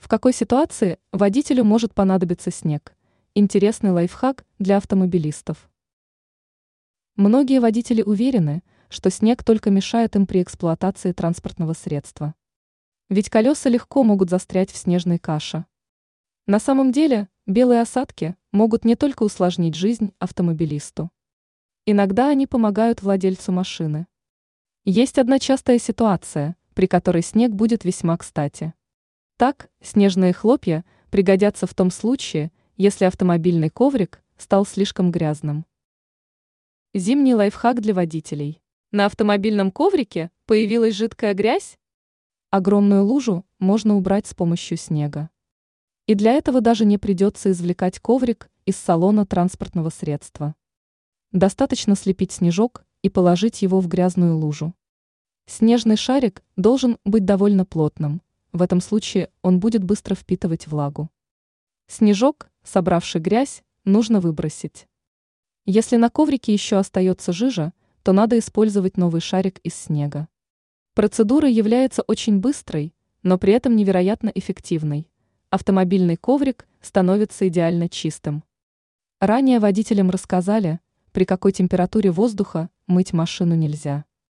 В какой ситуации водителю может понадобиться снег? Интересный лайфхак для автомобилистов. Многие водители уверены, что снег только мешает им при эксплуатации транспортного средства. Ведь колеса легко могут застрять в снежной каше. На самом деле, белые осадки могут не только усложнить жизнь автомобилисту. Иногда они помогают владельцу машины. Есть одна частая ситуация, при которой снег будет весьма кстати. Так, снежные хлопья пригодятся в том случае, если автомобильный коврик стал слишком грязным. Зимний лайфхак для водителей. На автомобильном коврике появилась жидкая грязь? Огромную лужу можно убрать с помощью снега. И для этого даже не придется извлекать коврик из салона транспортного средства. Достаточно слепить снежок и положить его в грязную лужу. Снежный шарик должен быть довольно плотным. В этом случае он будет быстро впитывать влагу. Снежок, собравший грязь, нужно выбросить. Если на коврике еще остается жижа, то надо использовать новый шарик из снега. Процедура является очень быстрой, но при этом невероятно эффективной. Автомобильный коврик становится идеально чистым. Ранее водителям рассказали, при какой температуре воздуха мыть машину нельзя.